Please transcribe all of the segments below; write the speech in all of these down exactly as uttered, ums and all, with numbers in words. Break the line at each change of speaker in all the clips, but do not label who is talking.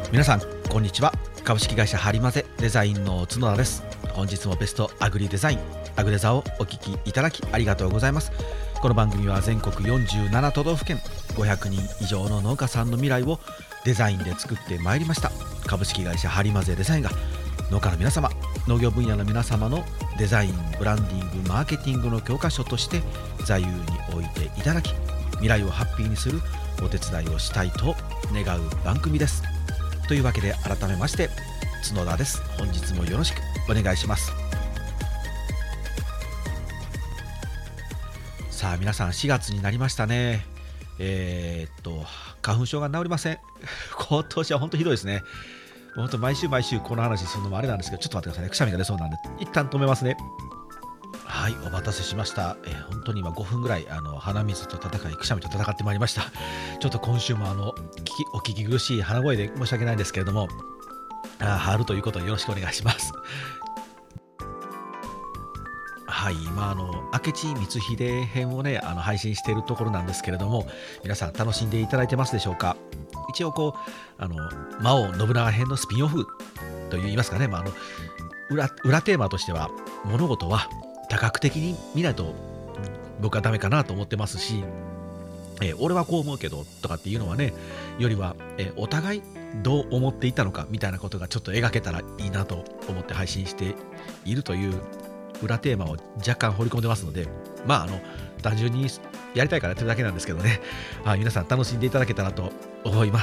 皆さんこんにちは。株式会社ハリマゼデザインの角田です。本日もベストアグリデザインアグデザをお聞きいただきありがとうございます。この番組は全国よんじゅうなな都道府県ごひゃくにん以上の農家さんの未来をデザインで作ってまいりました株式会社ハリマゼデザインが、農家の皆様、農業分野の皆様のデザイン、ブランディング、マーケティングの教科書として座右に置いていただき、未来をハッピーにするお手伝いをしたいと願う番組です。というわけで改めまして角田です。本日もよろしくお願いします。さあ皆さん、しがつになりましたね。えー、っと花粉症が治りません。今年は本当ひどいですね。本当毎週毎週この話するのもあれなんですけど、ちょっと待ってくださいね。くしゃみが出そうなんで一旦止めますね。はい、お待たせしました。えー、本当に今ごふんぐらいあの鼻水と戦い、くしゃみと戦ってまいりました。ちょっと今週もあの聞きお聞き苦しい鼻声で申し訳ないんですけれども、あ春ということでよろしくお願いします。はい、今あの明智光秀編をねあの配信しているところなんですけれども、皆さん楽しんでいただいてますでしょうか。一応こうあの魔王信長編のスピンオフといいますかね、まあ、あの 裏, 裏テーマとしては物事は多角的に見ないと僕はダメかなと思ってますし、えー、俺はこう思うけどとかっていうのはねよりは、えー、お互いどう思っていたのかみたいなことがちょっと描けたらいいなと思って配信しているという裏テーマを若干掘り込んでますので、まああの単純にやりたいからやってるだけなんですけどね、はい、皆さん楽しんでいただけたらと思います。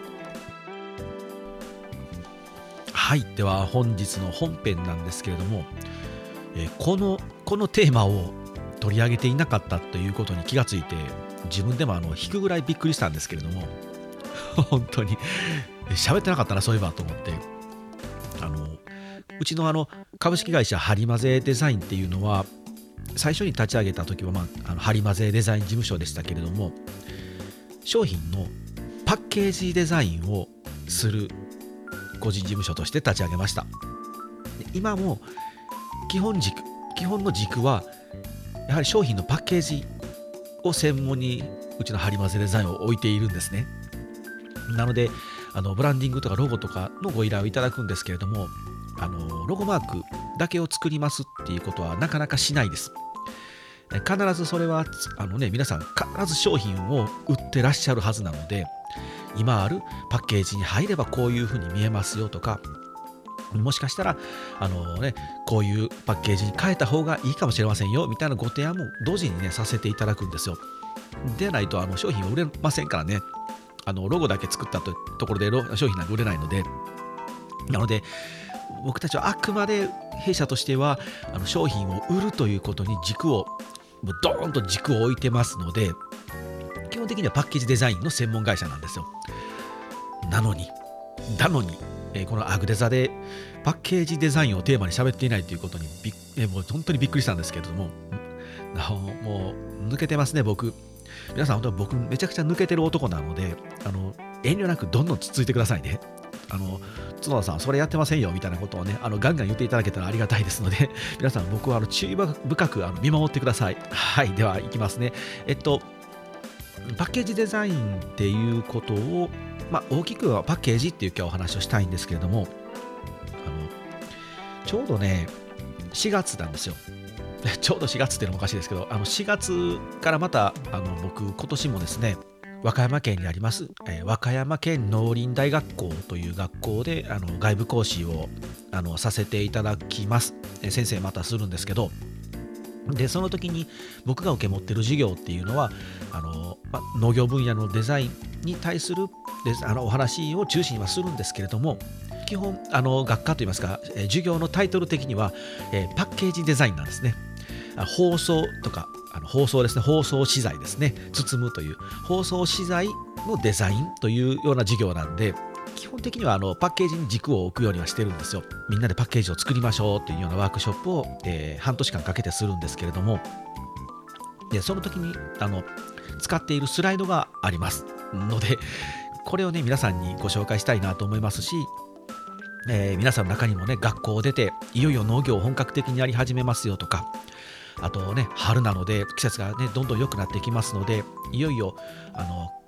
はい、では本日の本編なんですけれども、えー、このこのテーマを取り上げていなかったということに気がついて、自分でもあの引くぐらいびっくりしたんですけれども本当に喋ってなかったなそういえばと思って、あのうちのあの株式会社ハリマゼデザインっていうのは最初に立ち上げた時は、まあ、あのハリマゼデザイン事務所でしたけれども、商品のパッケージデザインをする個人事務所として立ち上げました。今も基本軸基本の軸はやはり商品のパッケージを専門にうちのハリマゼデザインを置いているんですね。なのであのブランディングとかロゴとかのご依頼をいただくんですけれども、あのロゴマークだけを作りますっていうことはなかなかしないです。必ずそれはあの、ね、皆さん必ず商品を売ってらっしゃるはずなので、今あるパッケージに入ればこういうふうに見えますよとか、もしかしたらあの、ね、こういうパッケージに変えた方がいいかもしれませんよみたいなご提案も同時に、ね、させていただくんですよ。でないとあの商品は売れませんからね。あのロゴだけ作ったところで商品なんか売れないので、なので僕たちはあくまで弊社としてはあの商品を売るということに軸をドーンと軸を置いてますので、基本的にはパッケージデザインの専門会社なんですよ。なのになのに、えー、このアグデザでパッケージデザインをテーマに喋っていないということにびっ、えー、もう本当にびっくりしたんですけれども、もう抜けてますね僕。皆さん本当に僕めちゃくちゃ抜けてる男なので、あの遠慮なくどんどんつついてくださいね。あの角田さんそれやってませんよみたいなことをねあのガンガン言っていただけたらありがたいですので、皆さん僕はあの注意深くあの見守ってください。はい、ではいきますね。えっとパッケージデザインっていうことを、まあ、大きくはパッケージっていう今日お話をしたいんですけれども、あのちょうどねしがつなんですよ。ちょうどしがつっていうのもおかしいですけど、あのしがつからまたあの僕今年もですね和歌山県にあります、えー、和歌山県農林大学校という学校であの外部講師をあのさせていただきます。えー、先生またするんですけど、でその時に僕が受け持ってる授業っていうのはあの、ま、農業分野のデザインに対するあのお話を中心にはするんですけれども、基本あの学科といいますか、えー、授業のタイトル的には、えー、パッケージデザインなんですね。包装とかあの包装ですね、包装資材ですね、包むという包装資材のデザインというような授業なんで、基本的にはあのパッケージに軸を置くようにはしてるんですよ。みんなでパッケージを作りましょうというようなワークショップを、えー、半年間かけてするんですけれども、でその時にあの使っているスライドがありますので、これをね皆さんにご紹介したいなと思いますし、えー、皆さんの中にもね学校を出ていよいよ農業を本格的にやり始めますよとか、あとね春なので季節がねどんどん良くなっていきますので、いよいよあの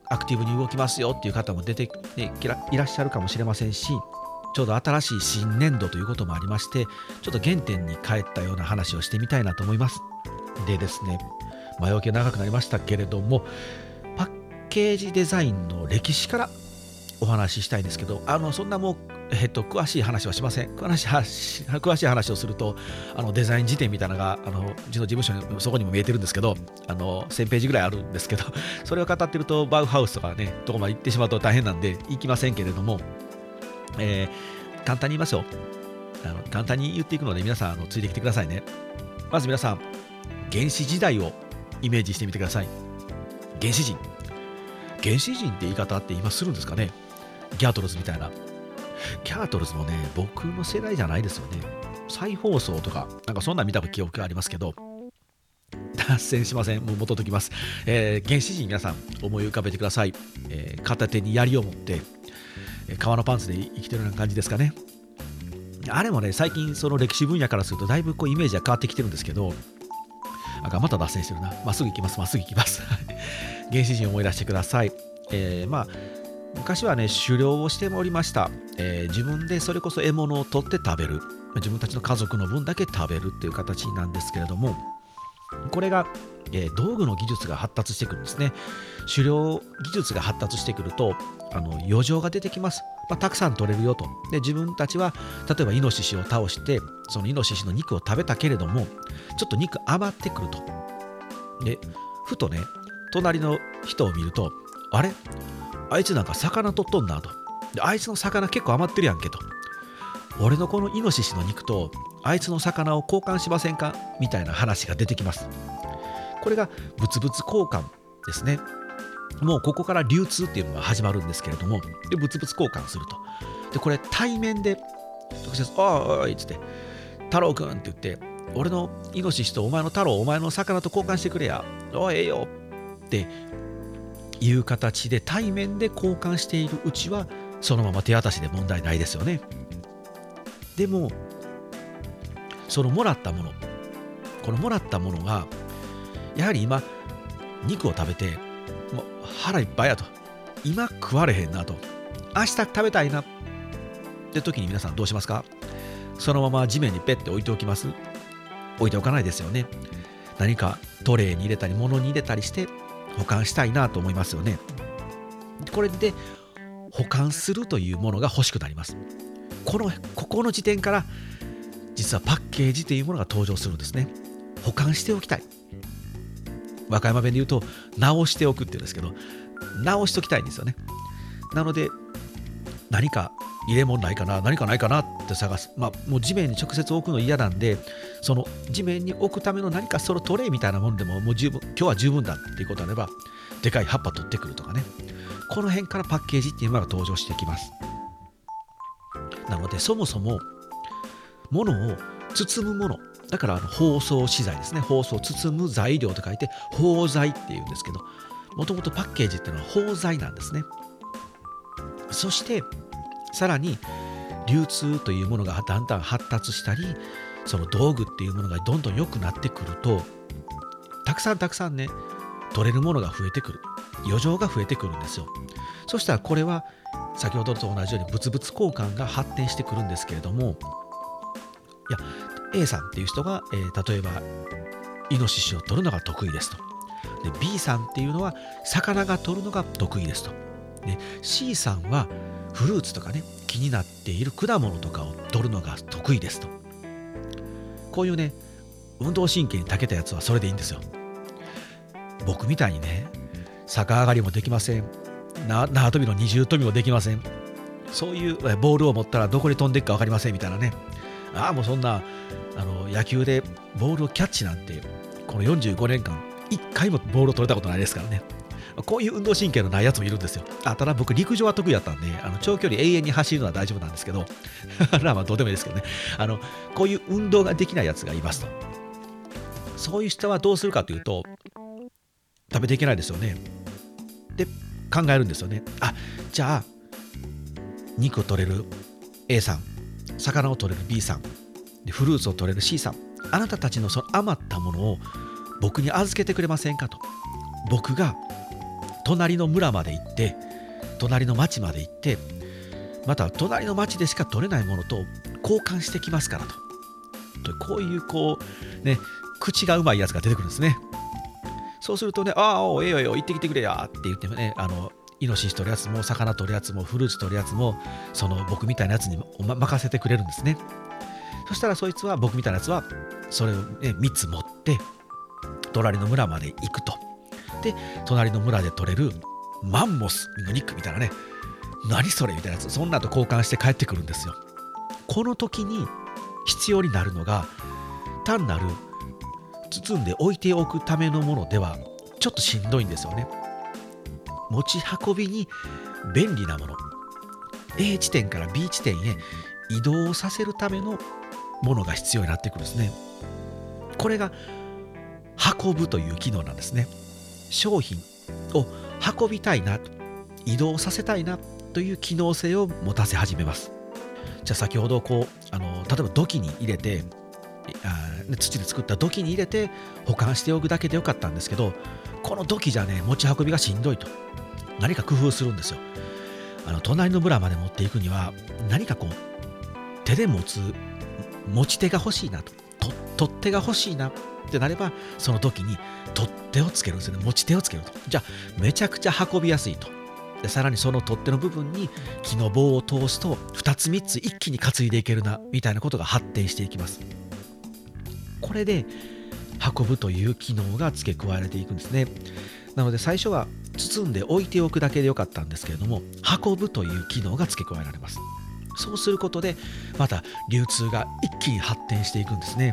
アクティブに動きますよっていう方も出て、ね、いらっしゃるかもしれませんし、ちょうど新しい新年度ということもありまして、ちょっと原点に帰ったような話をしてみたいなと思います。でですね、前置きが長くなりましたけれども、パッケージデザインの歴史からお話ししたいんですけど、あのそんなもう、えっと、詳しい話はしません。詳しい話、詳しい話をすると、あのデザイン辞典みたいなのがあのうちの事務所にそこにも見えてるんですけど、あのせんページぐらいあるんですけど、それを語ってるとバウハウスとかね、とこまで行ってしまうと大変なんで行きませんけれども、えー、簡単に言いますよ。あの簡単に言っていくので皆さんあのついてきてくださいね。まず皆さん、原始時代をイメージしてみてください。原始人。原始人って言い方って今するんですかね。ギャートルズみたいな。ギャートルズもね、僕の世代じゃないですよね。再放送とか、なんかそんなん見た記憶がありますけど、脱線しません。もう元ときます。えー、原始人皆さん思い浮かべてください。えー、片手に槍を持って、えー、革のパンツで生きてるような感じですかね。あれもね、最近その歴史分野からするとだいぶこうイメージは変わってきてるんですけど、あ、また脱線してるな。まっすぐ行きます。まっすぐ行きます。原始人を思い出してください。えー、まあ昔はね、狩猟をしておりました。えー、自分でそれこそ獲物を取って食べる。自分たちの家族の分だけ食べるっていう形なんですけれども、これが、えー、道具の技術が発達してくるんですね。狩猟技術が発達してくると、あの余剰が出てきます。まあ、たくさん取れるよと。で、自分たちは例えばイノシシを倒して、そのイノシシの肉を食べたけれども、ちょっと肉余ってくると。で、ふとね、隣の人を見ると、あれあいつなんか魚取っとんなと。で、あいつの魚結構余ってるやんけと。俺のこのイノシシの肉とあいつの魚を交換しませんかみたいな話が出てきます。これが物々交換ですね。もうここから流通っていうのが始まるんですけれども、で物々交換すると。で、これ対面で直接、おいおいっつって、太郎くんって言って、俺のイノシシとお前の太郎、お前の魚と交換してくれや。おい、ええよっていう形で対面で交換しているうちは、そのまま手渡しで問題ないですよね。でも、そのもらったもの、このもらったものが、やはり今、肉を食べて、もう腹いっぱいやと。今食われへんなと。明日食べたいなって時に皆さんどうしますか？そのまま地面にペッて置いておきます？置いておかないですよね。何かトレーに入れたり物に入れたりして保管したいなと思いますよね。これで保管するというものが欲しくなります。このここの時点から実はパッケージというものが登場するんですね。保管しておきたい。和歌山弁で言うと直しておくっていうんですけど、直しておきたいんですよね。なので何か入れ物ないかな、何かないかなって探す。まあもう地面に直接置くの嫌なんで、その地面に置くための何かそのトレイみたいなものでももう十分、今日は十分だっていうことであれば、でかい葉っぱ取ってくるとかね。この辺からパッケージっていうのが登場してきます。なのでそもそも物を包むもの、だからあの包装資材ですね。包装、包む材料と書いて包材っていうんですけど、もともとパッケージっていうのは包材なんですね。そしてさらに流通というものがだんだん発達したり、その道具っていうものがどんどん良くなってくると、たくさんたくさんね、取れるものが増えてくる、余剰が増えてくるんですよ。そしたらこれは先ほどと同じように物々交換が発展してくるんですけれども、いや A さんっていう人が、えー、例えばイノシシを取るのが得意ですと。で B さんっていうのは魚が取るのが得意ですと。で C さんはフルーツとかね、気になっている果物とかを取るのが得意ですと。こういうね、運動神経に長けたやつはそれでいいんですよ。僕みたいにね、逆上がりもできません。な縄跳びの二重跳びもできません。そういうボールを持ったらどこに飛んでいくか分かりませんみたいなね。ああ、もうそんなあの野球でボールをキャッチなんてこのよんじゅうごねんかんいっかいもボールを取れたことないですからね。こういう運動神経のないやつもいるんですよ。あ、ただ僕陸上は得意だったんで、あの長距離永遠に走るのは大丈夫なんですけどまあどうでもいいですけどね、あのこういう運動ができないやつがいますと。そういう人はどうするかというと、食べていけないですよね。で考えるんですよね。あ、じゃあ肉を取れる A さん、魚を取れる B さんで、フルーツを取れる C さん、あなたたちのその余ったものを僕に預けてくれませんかと。僕が隣の村まで行って隣の町まで行ってまた隣の町でしか取れないものと交換してきますからと、とこういうこうね口がうまいやつが出てくるんですね。そうするとね、ああおええよええよ行ってきてくれやって言ってもね、あのイノシシ取るやつも魚取るやつもフルーツ取るやつもその僕みたいなやつに、ま、任せてくれるんですね。そしたらそいつは僕みたいなやつはそれを、ね、みっつ持って隣の村まで行くと。で隣の村で取れるマンモスの肉みたいなね、何それみたいなやつ、そんなと交換して帰ってくるんですよ。この時に必要になるのが単なる包んで置いておくためのものではちょっとしんどいんですよね。持ち運びに便利なもの、 A 地点から B 地点へ移動させるためのものが必要になってくるんですね。これが運ぶという機能なんですね。商品を運びたいな、移動させたいなという機能性を持たせ始めます。じゃあ先ほどこうあの例えば土器に入れてあ土で作った土器に入れて保管しておくだけでよかったんですけど、この土器じゃね持ち運びがしんどいと何か工夫するんですよ。あの隣の村まで持っていくには何かこう手で持つ持ち手が欲しいなと、と取っ手が欲しいなってなればその時に取っ手をつけるんですよね。持ち手をつけると、じゃあめちゃくちゃ運びやすいと。でさらにその取っ手の部分に木の棒を通すとふたつみっつ一気に担いでいけるなみたいなことが発展していきます。これで運ぶという機能が付け加えられていくんですね。なので最初は包んで置いておくだけでよかったんですけれども、運ぶという機能が付け加えられます。そうすることでまた流通が一気に発展していくんですね。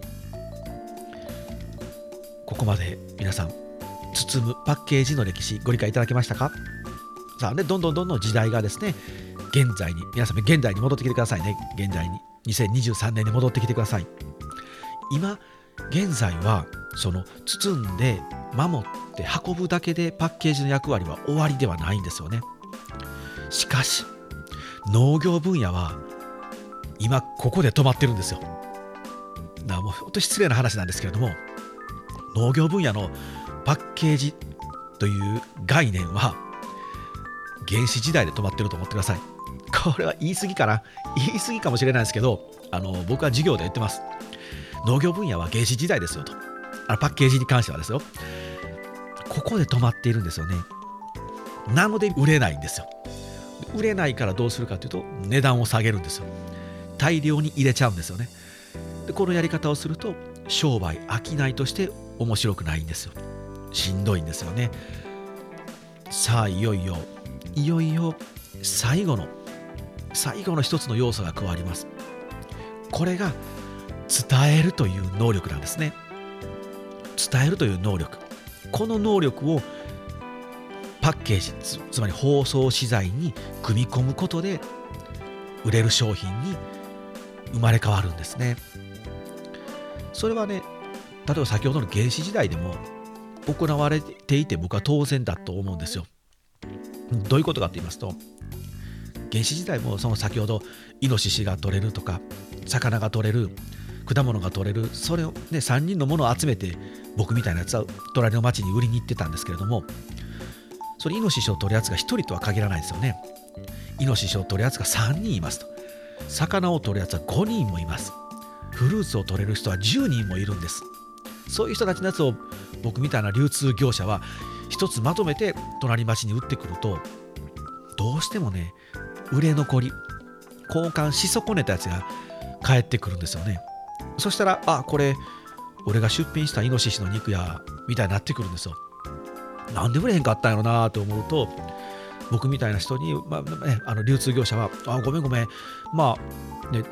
ここまで皆さん包むパッケージの歴史ご理解いただけましたか？さあね、どんどんどんどん時代がですね現在に、皆さん現代に戻ってきてくださいね。現在ににせんにじゅうさんねんに戻ってきてください。今現在はその包んで守って運ぶだけでパッケージの役割は終わりではないんですよね。しかし農業分野は今ここで止まってるんですよ。だからもう本当に失礼な話なんですけれども、農業分野のパッケージという概念は原始時代で止まってると思ってください。これは言い過ぎかな言い過ぎかもしれないですけど、あの僕は授業で言ってます。農業分野は原始時代ですよと。あのパッケージに関してはですよ。ここで止まっているんですよね。なので売れないんですよ。売れないからどうするかというと値段を下げるんですよ。大量に入れちゃうんですよね。でこのやり方をすると商売商いとして面白くないんですよ。しんどいんですよね。さあいよいよいよいよ最後の最後の一つの要素が加わります。これが伝えるという能力なんですね。伝えるという能力、この能力をパッケージ つ, つまり包装資材に組み込むことで売れる商品に生まれ変わるんですね。それはね、例えば先ほどの原始時代でも行われていて僕は当然だと思うんですよ。どういうことかと言いますと、原始時代もその先ほどイノシシが取れるとか魚が取れる果物が取れる、それをねさんにんのものを集めて僕みたいなやつは隣の町に売りに行ってたんですけれども、それイノシシを取るやつがひとりとは限らないですよね。イノシシを取るやつがさんにんいますと、魚を取るやつはごにんもいます、フルーツを取れる人はじゅうにんもいるんです。そういう人たちのやつを僕みたいな流通業者は一つまとめて隣町に売ってくると、どうしてもね売れ残り交換し損ねたやつが返ってくるんですよね。そしたら、あ、これ俺が出品したイノシシの肉やみたいになってくるんですよ。なんで売れへんかったんやろなと思うと、僕みたいな人に、まあね、あの流通業者はあごめんごめんまあね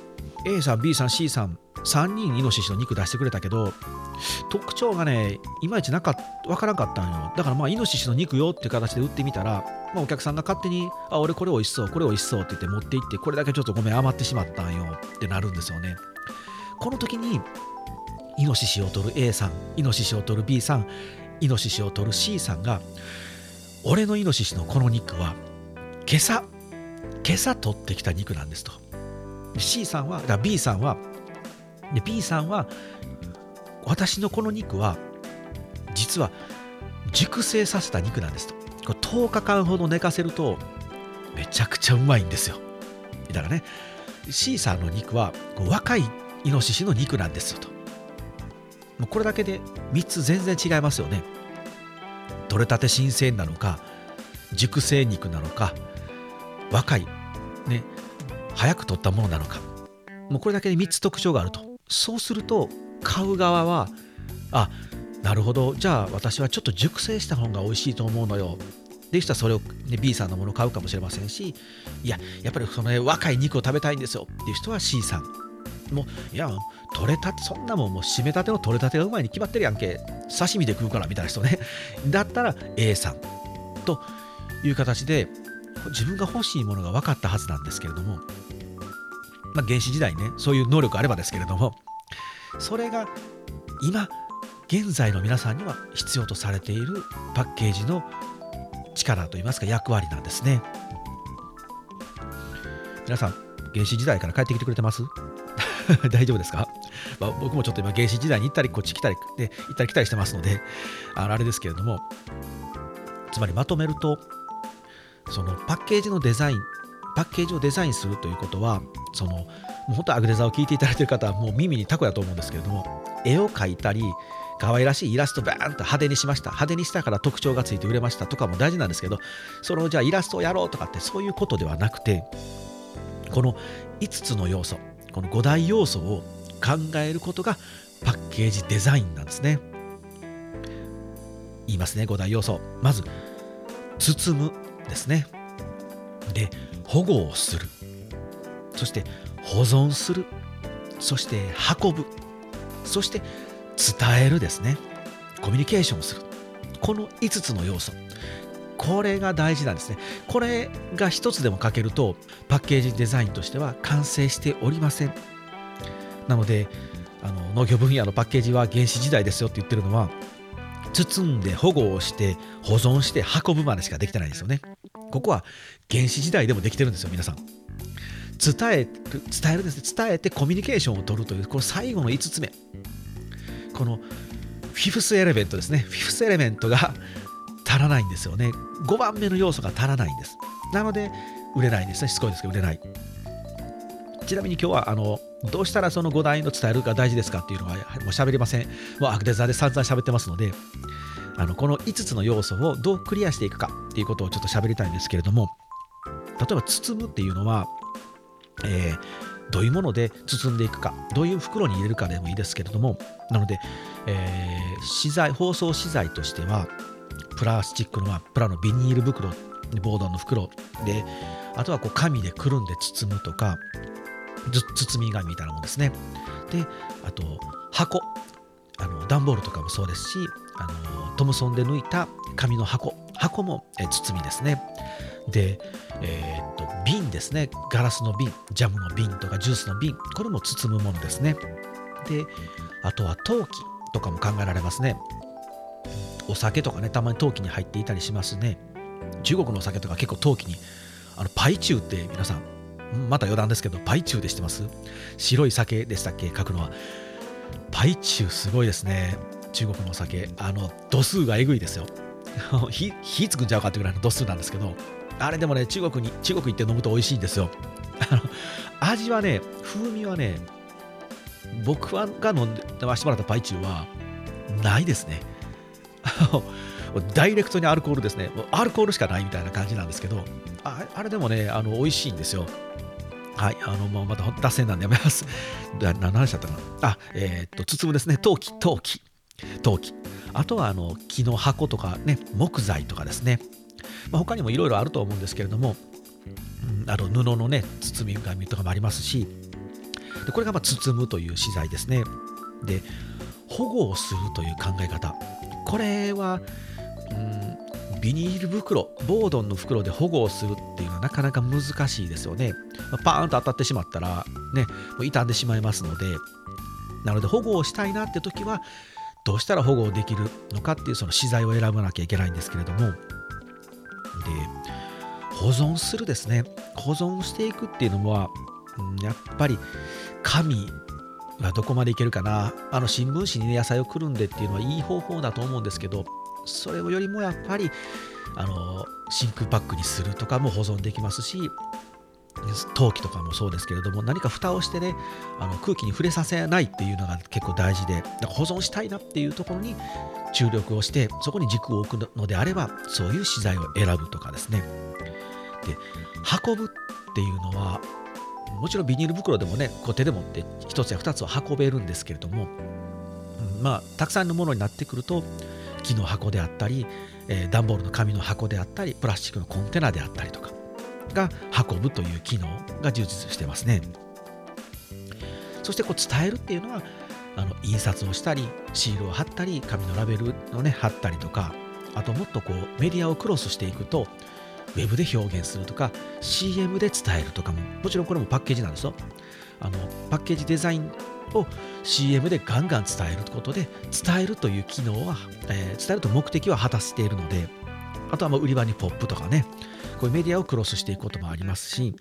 A さん B さん C さんさんにんイノシシの肉出してくれたけど特徴がねいまいちなかっわからんかったんよ。だからまあイノシシの肉よっていう形で売ってみたら、まあ、お客さんが勝手にあ俺これ美味しそうこれ美味しそうって言って持って行って、これだけちょっとごめん余ってしまったんよってなるんですよね。この時にイノシシを取る A さん、イノシシを取る B さん、イノシシを取る C さんが、俺のイノシシのこの肉は今朝今朝取ってきた肉なんですと。 C さんはだから B さんはで B さんは私のこの肉は実は熟成させた肉なんですと。これとおかかんほど寝かせるとめちゃくちゃうまいんですよ。だからね、C さんの肉は若いイノシシの肉なんですよと。もうこれだけでみっつ全然違いますよね。取れたて新鮮なのか、熟成肉なのか、若いね早く取ったものなのか、もうこれだけでみっつ特徴があると。そうすると買う側は、あ、なるほど、じゃあ私はちょっと熟成した方が美味しいと思うのよでいう人はそれを、ね、B さんのものを買うかもしれませんし、いややっぱりその、ね、若い肉を食べたいんですよっていう人は C さん、もういや取れたて、そんなもんもう締めたての取れたてがうまいに決まってるやんけ、刺身で食うからみたいな人ねだったら A さんという形で自分が欲しいものが分かったはずなんですけれども、まあ、原始時代にねそういう能力あればですけれども、それが今現在の皆さんには必要とされているパッケージの力といいますか役割なんですね。皆さん原始時代から帰ってきてくれてます大丈夫ですか、まあ、僕もちょっと今原始時代に行ったりこっち来たり、ね、行ったり来たりしてますので あのあれですけれども、つまりまとめると、そのパッケージのデザインパッケージをデザインするということは、そのもう本当アグデザを聞いていただいている方はもう耳にタコやと思うんですけれども、絵を描いたり可愛らしいイラストバーンと派手にしました、派手にしたから特徴がついて売れましたとかも大事なんですけど、そのじゃあイラストをやろうとかってそういうことではなくて、このいつつの要素、このご大要素を考えることがパッケージデザインなんですね。言いますね、ご大要素。まず包むですね。で保護をする、そして保存する、そして運ぶ、そして伝えるですね。コミュニケーションをする、このいつつの要素、これが大事なんですね。これが一つでも欠けるとパッケージデザインとしては完成しておりません。なのであの農業分野のパッケージは原始時代ですよって言ってるのは、包んで保護をして保存して運ぶまでしかできてないんですよね。ここは原始時代でもできてるんですよ。皆さん伝える伝えるですね。伝えてコミュニケーションを取るというこの最後のいつつめ、このフィフスエレメントですね。フィフスエレメントが足らないんですよね。ごばんめの要素が足らないんです。なので売れないんですね。しつこいですけど売れない。ちなみに今日はあのどうしたらそのご大の伝えるか大事ですかっていうのはもう喋りません。もうアクデザーで散々喋ってますので、あのこのいつつの要素をどうクリアしていくかっていうことをちょっと喋りたいんですけれども、例えば包むっていうのは、えー、どういうもので包んでいくか、どういう袋に入れるかでもいいですけれども、なので、えー、資材包装資材としてはプラスチックの、まあ、プラのビニール袋、ボードの袋で、あとはこう紙でくるんで包むとか、包み紙みたいなもんですね。で、あと箱、あの段ボールとかもそうですし、あのトムソンで抜いた紙の箱、箱もえ包みですね。で、えー、っと瓶ですね。ガラスの瓶、ジャムの瓶とかジュースの瓶、これも包むものですね。で、あとは陶器とかも考えられますね。お酒とかね、たまに陶器に入っていたりしますね。中国のお酒とか結構陶器に、あのパイチューって皆さんまた余談ですけど、パイチューで知ってます？白い酒でしたっけ、書くのは。パイチューすごいですね。中国のお酒、あの度数がえぐいですよ。火火つくんちゃうかってぐらいの度数なんですけど、あれでもね、中国に中国行って飲むと美味しいんですよ。あの味はね、風味はね、僕が飲んでましてもらったパイチューはないですね。ダイレクトにアルコールですね。アルコールしかないみたいな感じなんですけど、あ, あれでもね、あの美味しいんですよ。はい、あのもうまた脱線なんでやめます。何の話だったかな。あ、えー、っと包むですね。陶器、陶器、陶器。あとはあの木の箱とかね、木材とかですね。まあ、他にもいろいろあると思うんですけれども、うん、あの布のね包み紙とかもありますし、でこれがまあ包むという資材ですね。で、保護をするという考え方。これは、うん、ビニール袋、ボードンの袋で保護をするっていうのはなかなか難しいですよね。パーンと当たってしまったらね、もう傷んでしまいますので、なので保護をしたいなって時はどうしたら保護できるのかっていうその資材を選ばなきゃいけないんですけれども、で保存するですね。保存していくっていうのは、うん、やっぱり紙はどこまでいけるかな。あの新聞紙に、ね、野菜をくるんでっていうのはいい方法だと思うんですけど、 それよりもやっぱりあの真空パックにするとかも保存できますし、陶器とかもそうですけれども、何か蓋をしてね、あの空気に触れさせないっていうのが結構大事で、だから保存したいなっていうところに注力をして、そこに軸を置くのであればそういう資材を選ぶとかですね。で、運ぶっていうのはもちろんビニール袋でもね、こう手で持って一つや二つを運べるんですけれども、うん、まあたくさんのものになってくると木の箱であったり、えー、段ボールの紙の箱であったり、プラスチックのコンテナであったりとかが運ぶという機能が充実してますね。そしてこう伝えるっていうのは、あの印刷をしたりシールを貼ったり紙のラベルをね貼ったりとか、あともっとこうメディアをクロスしていくとウェブで表現するとか シーエム で伝えるとかも、もちろんこれもパッケージなんですよ。あのパッケージデザインを シーエム でガンガン伝えることで、伝えるという機能は、えー伝えると目的は果たしているので、あとはまあ売り場にポップとかね、こういうメディアをクロスしていくこともありますし、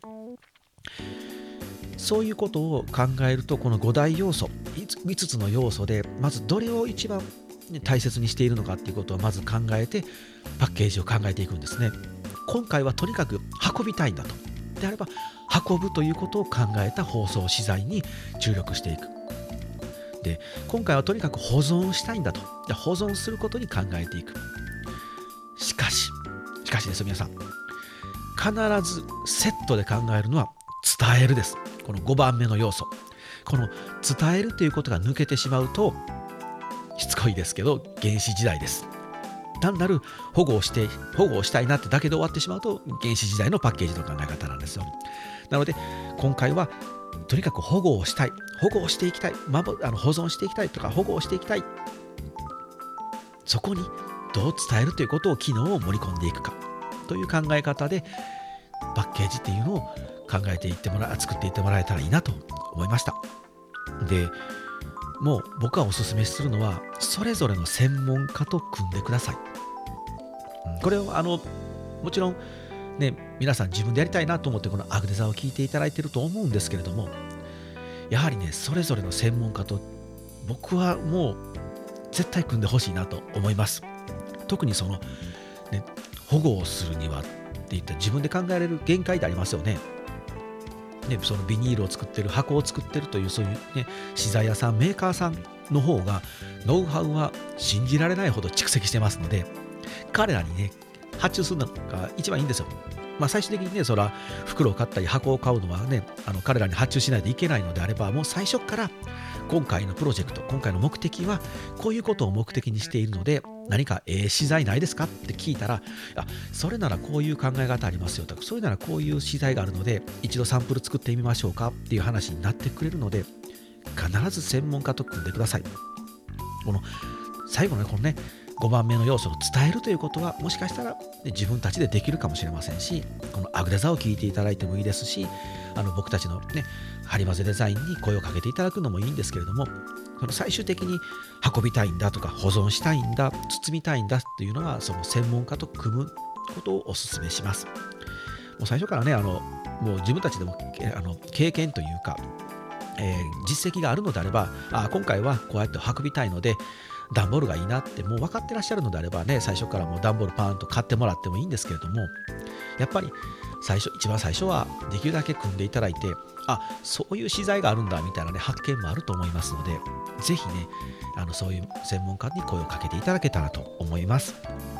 そういうことを考えると、このご大要素、いつつの要素でまずどれを一番大切にしているのかっていうことをまず考えてパッケージを考えていくんですね。今回はとにかく運びたいんだと。であれば運ぶということを考えた包装資材に注力していく。で、今回はとにかく保存したいんだと。で保存することに考えていく。しかし、しかしですよ皆さん、必ずセットで考えるのは伝えるです。このごばんめの要素。この伝えるということが抜けてしまうと、しつこいですけど原始時代です。単なる保護をして保護をしたいなってだけで終わってしまうと原始時代のパッケージの考え方なんですよ。なので今回はとにかく保護をしたい、保護をしていきたい、守あの保存していきたいとか保護をしていきたい、そこにどう伝えるということを機能を盛り込んでいくかという考え方でパッケージっていうのを考えていってもら作っていってもらえたらいいなと思いました。でもう僕がおすすめするのは、それぞれの専門家と組んでください。これをあのもちろんね、皆さん自分でやりたいなと思ってこのアグデザを聞いていただいていると思うんですけれども、やはりね、それぞれの専門家と僕はもう絶対組んでほしいなと思います。特にその、ね、保護をするにはっていった自分で考えられる限界でありますよね。ね、そのビニールを作ってる、箱を作ってるというそういうね、資材屋さん、メーカーさんの方がノウハウは信じられないほど蓄積してますので、彼らにね発注するのが一番いいんですよ。まあ最終的にね、そら袋を買ったり箱を買うのはね、あの彼らに発注しないといけないのであれば、もう最初から今回のプロジェクト、今回の目的はこういうことを目的にしているので、何かええ資材ないですかって聞いたら、あ、それならこういう考え方ありますよとか、それならこういう資材があるので一度サンプル作ってみましょうかっていう話になってくれるので、必ず専門家と組んでください。この最後のね、このねごばんめの要素を伝えるということは、もしかしたら、ね、自分たちでできるかもしれませんし、このアグデザを聞いていただいてもいいですし、あの僕たちのねハリマゼデザインに声をかけていただくのもいいんですけれども、その最終的に運びたいんだとか保存したいんだ、包みたいんだというのは、その専門家と組むことをお勧めします。もう最初からね、あのもう自分たちでもあの経験というか、えー実績があるのであれば、あ、今回はこうやって運びたいので段ボールがいいなってもう分かってらっしゃるのであればね、最初からもう段ボールパーンと買ってもらってもいいんですけれども、やっぱり最初一番最初はできるだけ組んでいただいて、あ、そういう資材があるんだみたいなね発見もあると思いますので、ぜひね、あのそういう専門家に声をかけていただけたらと思います。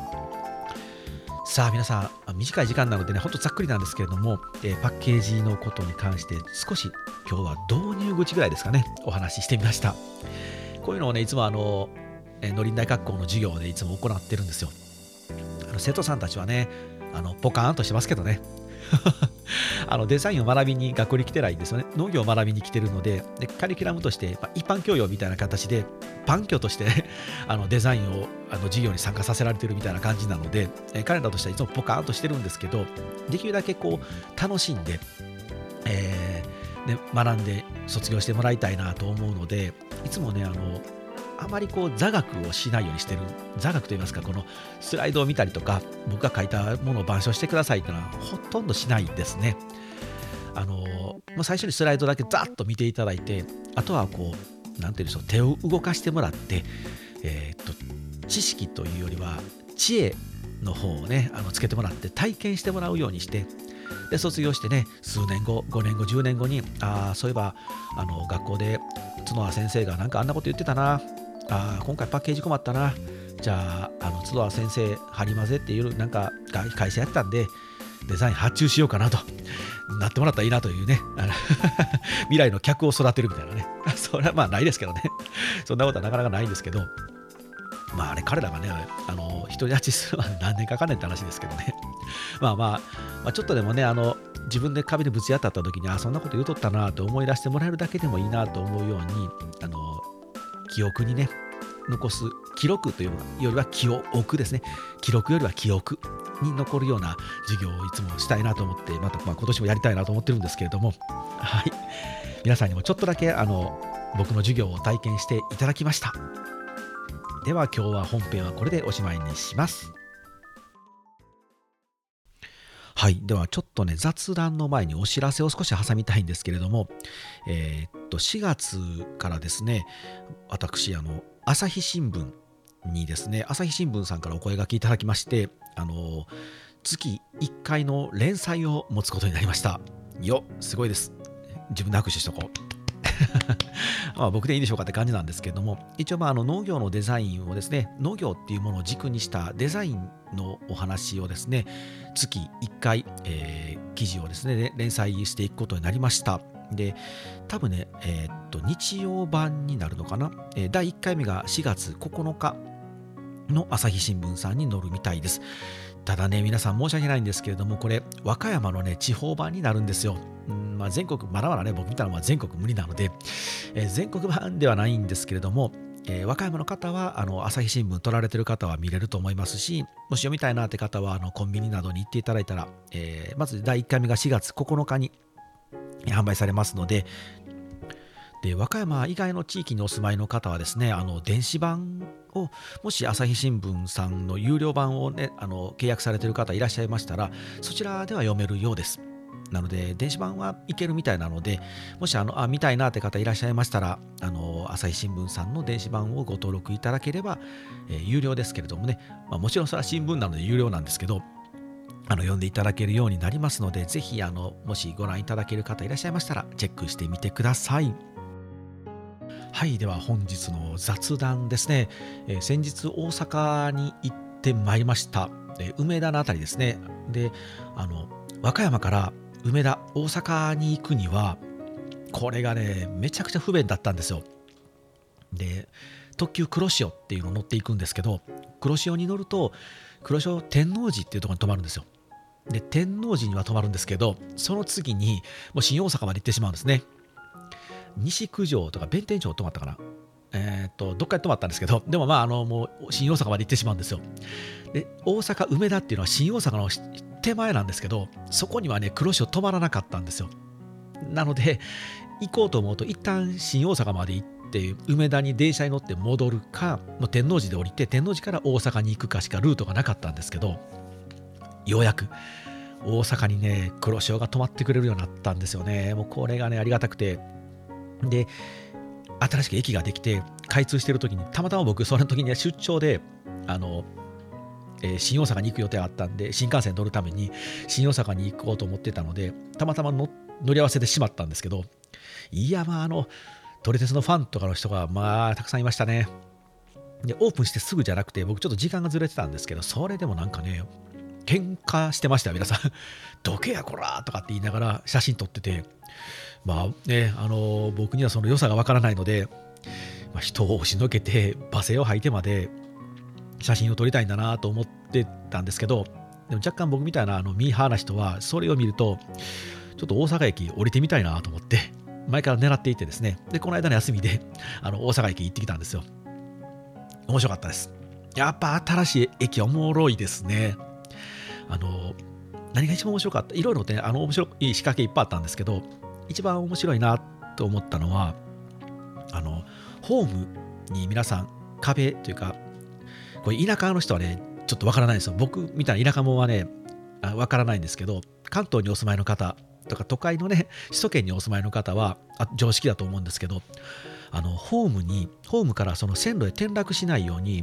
さあ皆さん、短い時間なのでね、ほんとざっくりなんですけれども、えーパッケージのことに関して少し今日は導入口ぐらいですかね、お話ししてみました。こういうのをね、いつもあの、えー農林大学校の授業でいつも行ってるんですよ。あの生徒さんたちはね、あのポカーンとしてますけどねあのデザインを学びに学校に来てないんですよね。農業を学びに来てるので、でカリキュラムとして、まあ、一般教養みたいな形でパン教としてあのデザインをあの授業に参加させられてるみたいな感じなので、え彼らとしてはいつもポカーンとしてるんですけど、できるだけこう楽しんで、えーね、学んで卒業してもらいたいなと思うので、いつもね、あのあまりこう座学をしないようにしてる。座学といいますか、このスライドを見たりとか、僕が書いたものを板書してくださいっていうのはほとんどしないですね。あのもう最初にスライドだけざっと見ていただいて、あとはこうなんていうんでしょう、手を動かしてもらって、えーっと知識というよりは知恵の方をねあのつけてもらって体験してもらうようにして、で卒業してね数年後ごねんごじゅうねんごにああそういえばあの学校で角田先生がなんかあんなこと言ってたな、あ今回パッケージ困ったな、じゃああの角田先生ハリマゼっていうなんか会社やったんでデザイン発注しようかなとなってもらったらいいなというねあの未来の客を育てるみたいなねそれはまあないですけどねそんなことはなかなかないんですけど、まああれ彼らがねあの独り立ちするのは何年かかんねんって話ですけどねまあまあ、まあ、ちょっとでもねあの自分で壁でぶち当たった時にあそんなこと言うとったなと思い出してもらえるだけでもいいなと思うように、あの記憶にね残す、記録というよりは記憶ですね、記録よりは記憶に残るような授業をいつもしたいなと思って、またまあ今年もやりたいなと思ってるんですけれども、はい、皆さんにもちょっとだけあの僕の授業を体験していただきました。では今日は本編はこれでおしまいにします。はい、ではちょっとね雑談の前にお知らせを少し挟みたいんですけれども、えーっとしがつからですね、私あの朝日新聞にですね、朝日新聞さんからお声掛けいただきまして、あの月いっかいの連載を持つことになりました。よっ、すごいです。自分で握手しとこうまあ僕でいいでしょうかって感じなんですけれども、一応まああの農業のデザインをですね、農業っていうものを軸にしたデザインのお話をですね、月いっかい、えー記事をですね連載していくことになりました。で多分ね、えーっと日曜版になるのかな、えーだいいっかいめがしがつここのかの朝日新聞さんに載るみたいです。ただね皆さん申し訳ないんですけれども、これ和歌山のね地方版になるんですよ。うんまあ、全国まだまだね僕見たのは全国無理なので、えー全国版ではないんですけれども、えー和歌山の方はあの朝日新聞取られてる方は見れると思いますし、もし読みたいなって方はあのコンビニなどに行っていただいたら、えーまずだいいっかいめがしがつここのかに販売されますので、で和歌山以外の地域にお住まいの方はですね、あの電子版をもし朝日新聞さんの有料版をねあの契約されている方いらっしゃいましたら、そちらでは読めるようです。なので電子版はいけるみたいなので、もしあのあ見たいなって方いらっしゃいましたら、あの朝日新聞さんの電子版をご登録いただければ、えー有料ですけれどもね、まあ、もちろんそれは新聞なので有料なんですけど、あの読んでいただけるようになりますので、ぜひあのもしご覧いただける方いらっしゃいましたらチェックしてみてください。はい、では本日の雑談ですね、えー先日大阪に行ってまいりました。えー梅田のあたりですね。であの和歌山から梅田大阪に行くにはこれがねめちゃくちゃ不便だったんですよ。で特急黒潮っていうのを乗っていくんですけど、黒潮に乗ると黒潮天王寺っていうところに泊まるんですよ。で天王寺には泊まるんですけど、その次にもう新大阪まで行ってしまうんですね。西九条とか弁天町泊まったかな、えーっとどっかで泊まったんですけど、でもまああのもう新大阪まで行ってしまうんですよ。で大阪梅田っていうのは新大阪の手前なんですけど、そこにはね黒潮止まらなかったんですよ。なので行こうと思うと一旦新大阪まで行って梅田に電車に乗って戻るか、もう天王寺で降りて天王寺から大阪に行くかしかルートがなかったんですけど、ようやく大阪にね黒潮が止まってくれるようになったんですよね。もうこれがねありがたくて、で新しく駅ができて開通してる時にたまたま僕その時には出張であの、えー新大阪に行く予定があったんで、新幹線乗るために新大阪に行こうと思ってたので、たまたま乗乗り合わせてしまったんですけど、いやまああの撮り鉄のファンとかの人がまあたくさんいましたね。でオープンしてすぐじゃなくて、僕ちょっと時間がずれてたんですけど、それでもなんかね喧嘩してましたよ皆さんどけやこらとかって言いながら写真撮ってて、まあねあの僕にはその良さがわからないので、まあ、人を押しのけて罵声を吐いてまで写真を撮りたいんだなと思ってたんですけど、でも若干僕みたいなあのミーハーな人はそれを見るとちょっと大阪駅降りてみたいなと思って前から狙っていてですね、でこの間の休みであの大阪駅行ってきたんですよ。面白かったです。やっぱ新しい駅はおもろいですね。あの何が一番面白かった、いろいろねあの面白い仕掛けいっぱいあったんですけど、一番面白いなと思ったのはあのホームに皆さん壁というか、これ田舎の人はねちょっとわからないんですよ。僕みたいな田舎者はねあわからないんですけど、関東にお住まいの方とか都会のね首都圏にお住まいの方はあ常識だと思うんですけど、あのホームにホームからその線路へ転落しないように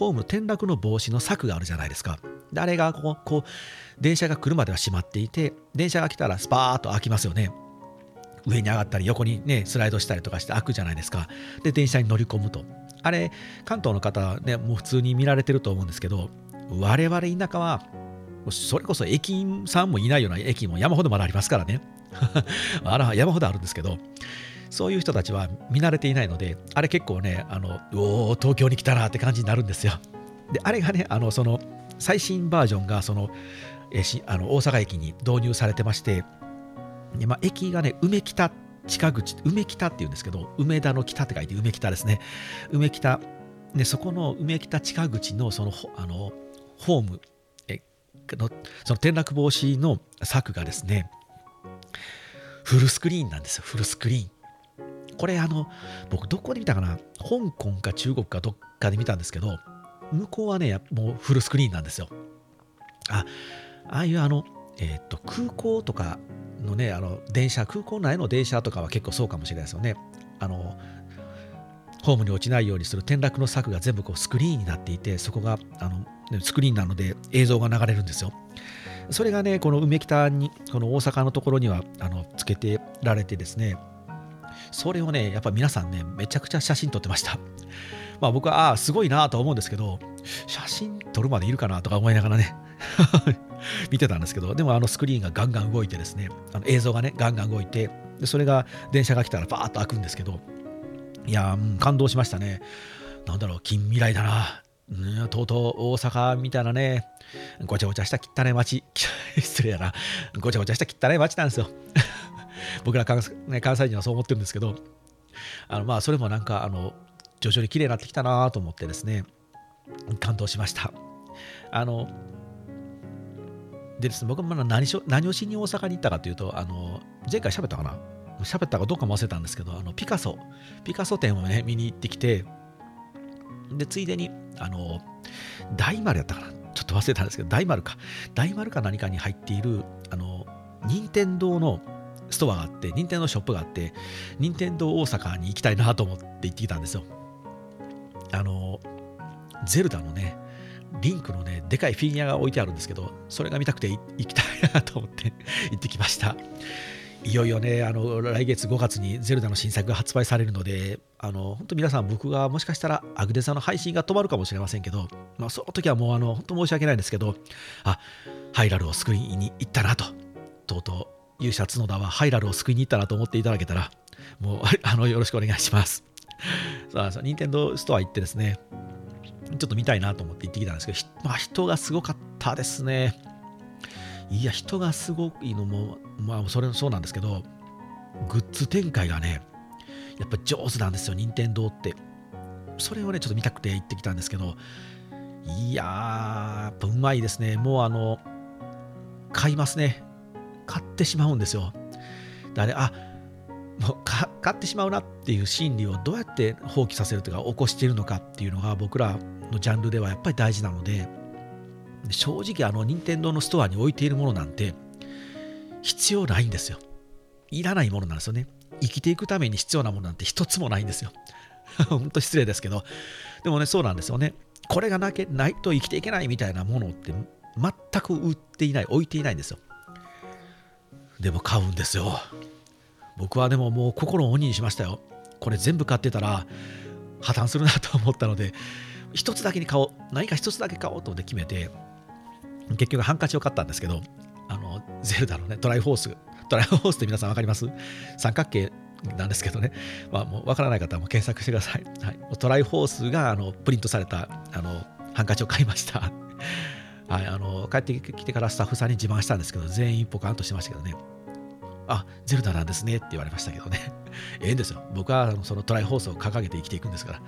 ホームの転落の防止の柵があるじゃないですか。であれがこう、こう電車が来るまでは閉まっていて、電車が来たらスパーッと開きますよね。上に上がったり横にねスライドしたりとかして開くじゃないですか。で電車に乗り込むと、あれ関東の方はねもう普通に見られてると思うんですけど、我々田舎はそれこそ駅員さんもいないような駅も山ほどまだありますからねあら山ほどあるんですけど、そういう人たちは見慣れていないので、あれ結構ねあのおー東京に来たなって感じになるんですよ。であれがねあのその最新バージョンがそのえしあの大阪駅に導入されてまして、でまあ、駅がね梅北近口、梅北っていうんですけど、梅田の北って書いて梅北ですね。梅北でそこの梅北近口のそのあのホームえのその転落防止の柵がですねフルスクリーンなんですよ。フルスクリーン。これあの僕どこで見たかな、香港か中国かどっかで見たんですけど、向こうはねもうフルスクリーンなんですよ。あああいうあのえっと空港とかのねあの電車、空港内の電車とかは結構そうかもしれないですよね。あのホームに落ちないようにする転落の柵が全部こうスクリーンになっていて、そこがあのスクリーンなので映像が流れるんですよ。それがねこの梅北にこの大阪のところにはあのつけてられてですね、それをねやっぱ皆さんねめちゃくちゃ写真撮ってました。まあ僕はああすごいなと思うんですけど、写真撮るまでいるかなとか思いながらね見てたんですけど、でもあのスクリーンがガンガン動いてですね、あの映像がねガンガン動いて、でそれが電車が来たらバーッと開くんですけど、いやー、うん、感動しましたね。なんだろう、近未来だな。うん、とうとう大阪みたいなね、ごちゃごちゃした汚い街、失礼やな、ごちゃごちゃした汚い街なんですよ。僕ら関西、ね、関西人はそう思ってるんですけど、あのまあそれもなんかあの徐々に綺麗になってきたなと思ってですね、感動しました。あのでですね、僕はまだ何し何をしに大阪に行ったかというと、あの前回喋ったかな、喋ったかどうかも忘れたんですけど、あのピカソ、ピカソ展をね見に行ってきて、でついでにあの大丸やったかな、ちょっと忘れたんですけど、大丸か大丸か何かに入っているあの任天堂のストアがあって、任天堂ショップがあって、任天堂大阪に行きたいなと思って行ってきたんですよ。あのゼルダのねリンクのねでかいフィギュアが置いてあるんですけど、それが見たくて行きたいなと思って行ってきました。いよいよね、あの来月ごがつにゼルダの新作が発売されるので、あの本当皆さん、僕がもしかしたらアグデザの配信が止まるかもしれませんけど、まあ、その時はもうあの本当申し訳ないんですけど、あ、ハイラルを救いに行ったなと、とうとう勇者角田はハイラルを救いに行ったなと思っていただけたら、もうあのよろしくお願いします。さあ、任天堂ストア行ってですね、ちょっと見たいなと思って行ってきたんですけど、まあ、人がすごかったですね。いや、人がすごいのも、まあ、それそうなんですけど、グッズ展開がね、やっぱ上手なんですよ、任天堂って。それをね、ちょっと見たくて行ってきたんですけど、いやー、やっぱうまいですね。もうあの、買いますね。買ってしまうんですよ。だね、あ、もう買ってしまうなっていう心理をどうやって放棄させるというか起こしているのかっていうのが僕らのジャンルではやっぱり大事なので、正直あの任天堂のストアに置いているものなんて必要ないんですよ。いらないものなんですよね。生きていくために必要なものなんて一つもないんですよ。本当失礼ですけど、でもね、そうなんですよね。これがなけないと生きていけないみたいなものって全く売っていない、置いていないんですよ。でも買うんですよ。僕はでももう心を鬼にしましたよ。これ全部買ってたら破綻するなと思ったので、一つだけに買おう、何か一つだけ買おうと思って決めて、結局ハンカチを買ったんですけど、あのゼルダのねトライフォース、トライフォースって皆さん分かります？三角形なんですけどね、まあ、もう分からない方はもう検索してください。はい、トライフォースがあのプリントされたあのハンカチを買いました。はい、あの帰ってきてからスタッフさんに自慢したんですけど、全員ポカンとしてましたけどね。あ、ゼルダなんですねって言われましたけどね。ええんですよ。僕はそのトライフォースを掲げて生きていくんですから。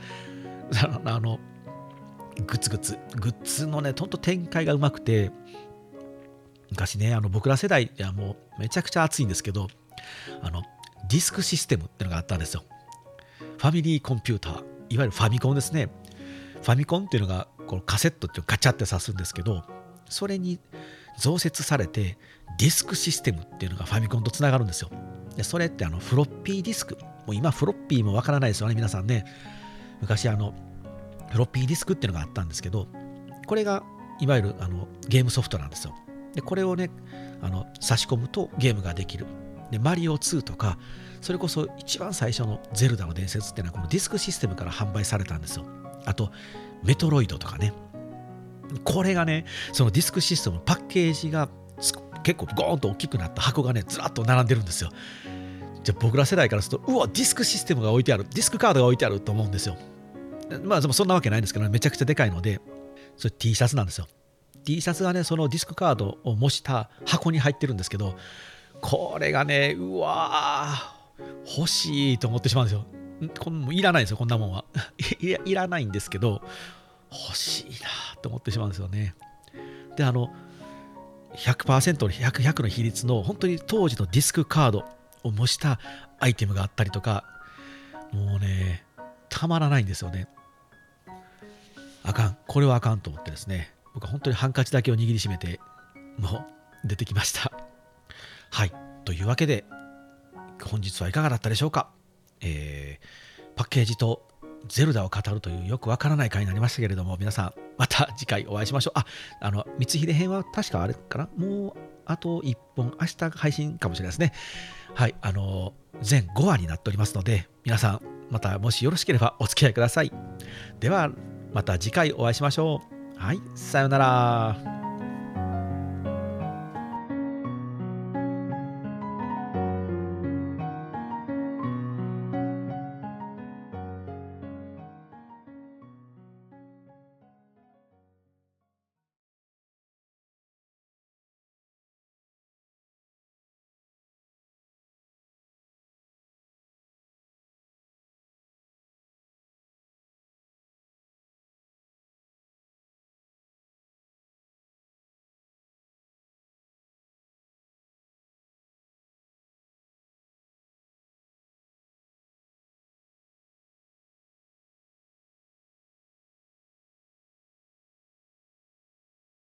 あのグッズグッズグッズのね、ほんと展開がうまくて、昔ね、あの僕ら世代はもうめちゃくちゃ熱いんですけど、あのディスクシステムっていうのがあったんですよ。ファミリーコンピューター、いわゆるファミコンですね。ファミコンっていうのがこのカセットっていうのをガチャって挿すんですけど、それに増設されてディスクシステムっていうのがファミコンとつながるんですよ。でそれってあのフロッピーディスク、もう今フロッピーもわからないですよね、皆さんね。昔あのフロッピーディスクっていうのがあったんですけど、これがいわゆるあのゲームソフトなんですよ。でこれをねあの差し込むとゲームができる。でマリオツーとか、それこそ一番最初のゼルダの伝説っていうのはこのディスクシステムから販売されたんですよ。あとメトロイドとかね、これがねそのディスクシステムのパッケージが結構ゴーンと大きくなった箱がねずらっと並んでるんですよ。じゃあ僕ら世代からすると、うわディスクシステムが置いてある、ディスクカードが置いてあると思うんですよ。まあでもそんなわけないんですけど、ね、めちゃくちゃでかいので、それ T シャツなんですよ。T シャツがねそのディスクカードを模した箱に入ってるんですけど、これがねうわー欲しいと思ってしまうんですよ。こんいらないんですよ、こんなもんは。いやいらないんですけど欲しいなと思ってしまうんですよね。であの ひゃくパーセント のひゃく、ひゃくの比率の本当に当時のディスクカードを模したアイテムがあったりとか、もうねたまらないんですよね。あかん、これはあかんと思ってですね、僕は本当にハンカチだけを握りしめてもう出てきました。はい、というわけで本日はいかがだったでしょうか。えー、パッケージとゼルダを語るというよくわからない回になりましたけれども、皆さんまた次回お会いしましょう。あ、あの光秀編は確かあれかな、もうあといっぽん明日配信かもしれないですね。はい、あの全ごわになっておりますので、皆さんまたもしよろしければお付き合いください。ではまた次回お会いしましょう。はい、さようなら。